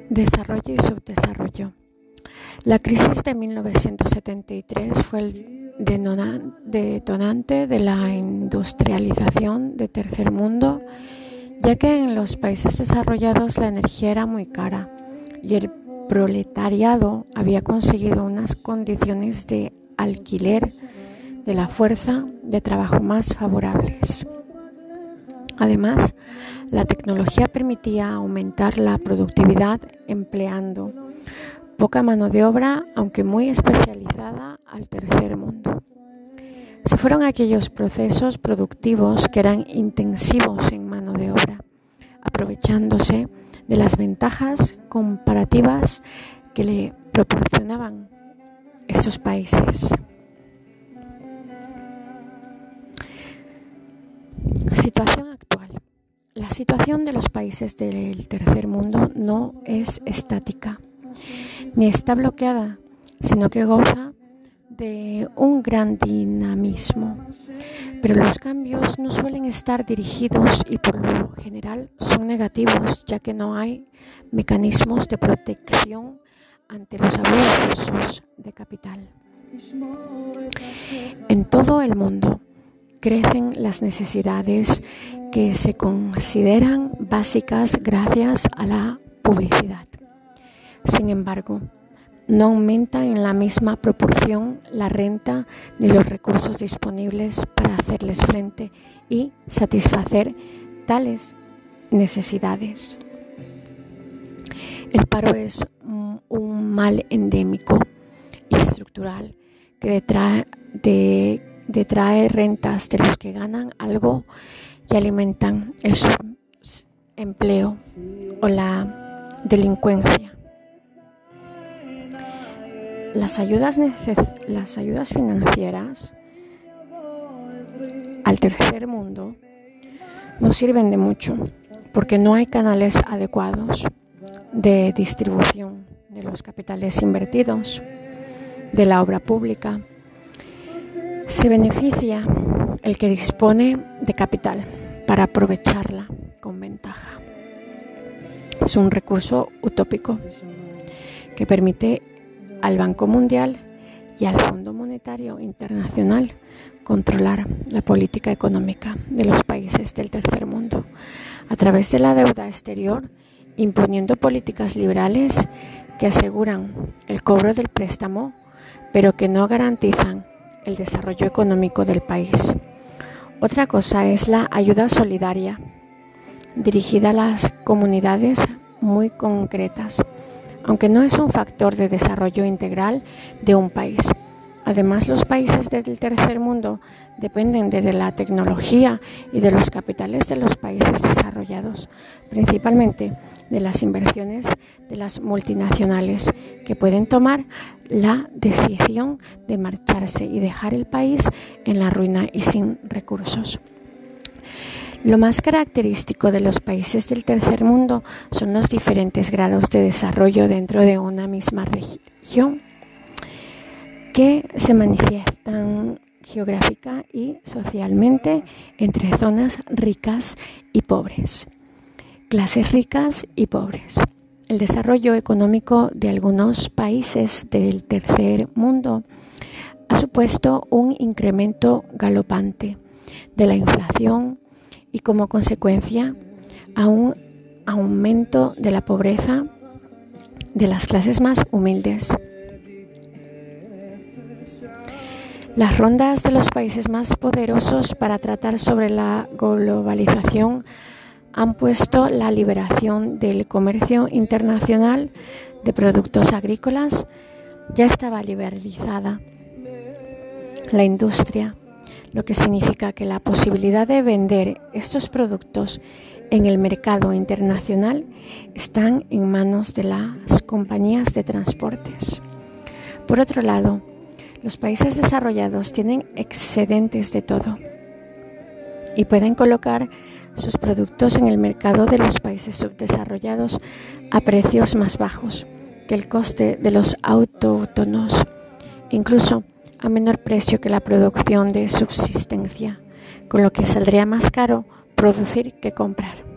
Desarrollo y subdesarrollo. La crisis de 1973 fue el detonante de la industrialización del tercer mundo, ya que en los países desarrollados la energía era muy cara y el proletariado había conseguido unas condiciones de alquiler de la fuerza de trabajo más favorables. Además, la tecnología permitía aumentar la productividad empleando poca mano de obra, aunque muy especializada, al tercer mundo. Se fueron aquellos procesos productivos que eran intensivos en mano de obra, aprovechándose de las ventajas comparativas que le proporcionaban estos países. Situación actual. La situación de los países del tercer mundo no es estática, ni está bloqueada, sino que goza de un gran dinamismo. Pero los cambios no suelen estar dirigidos y por lo general son negativos, ya que no hay mecanismos de protección ante los abusos de capital. En todo el mundo crecen las necesidades que se consideran básicas gracias a la publicidad. Sin embargo, no aumenta en la misma proporción la renta ni los recursos disponibles para hacerles frente y satisfacer tales necesidades. El paro es un mal endémico y estructural que detrae rentas de los que ganan algo y alimentan el subempleo o la delincuencia. Las ayudas financieras al tercer mundo no sirven de mucho porque no hay canales adecuados de distribución de los capitales invertidos, de la obra pública. Se beneficia el que dispone de capital para aprovecharla con ventaja. Es un recurso utópico que permite al Banco Mundial y al Fondo Monetario Internacional controlar la política económica de los países del tercer mundo a través de la deuda exterior, imponiendo políticas liberales que aseguran el cobro del préstamo, pero que no garantizan el desarrollo económico del país. Otra cosa es la ayuda solidaria, dirigida a las comunidades muy concretas, aunque no es un factor de desarrollo integral de un país. Además, los países del tercer mundo dependen de la tecnología y de los capitales de los países desarrollados, principalmente de las inversiones de las multinacionales, que pueden tomar la decisión de marcharse y dejar el país en la ruina y sin recursos. Lo más característico de los países del tercer mundo son los diferentes grados de desarrollo dentro de una misma región, que se manifiestan geográfica y socialmente entre zonas ricas y pobres, clases ricas y pobres. El desarrollo económico de algunos países del tercer mundo ha supuesto un incremento galopante de la inflación y como consecuencia a un aumento de la pobreza de las clases más humildes. Las rondas de los países más poderosos para tratar sobre la globalización han puesto la liberación del comercio internacional de productos agrícolas. Ya estaba liberalizada la industria, lo que significa que la posibilidad de vender estos productos en el mercado internacional están en manos de las compañías de transportes. Por otro lado, los países desarrollados tienen excedentes de todo y pueden colocar sus productos en el mercado de los países subdesarrollados a precios más bajos que el coste de los autóctonos, incluso a menor precio que la producción de subsistencia, con lo que saldría más caro producir que comprar.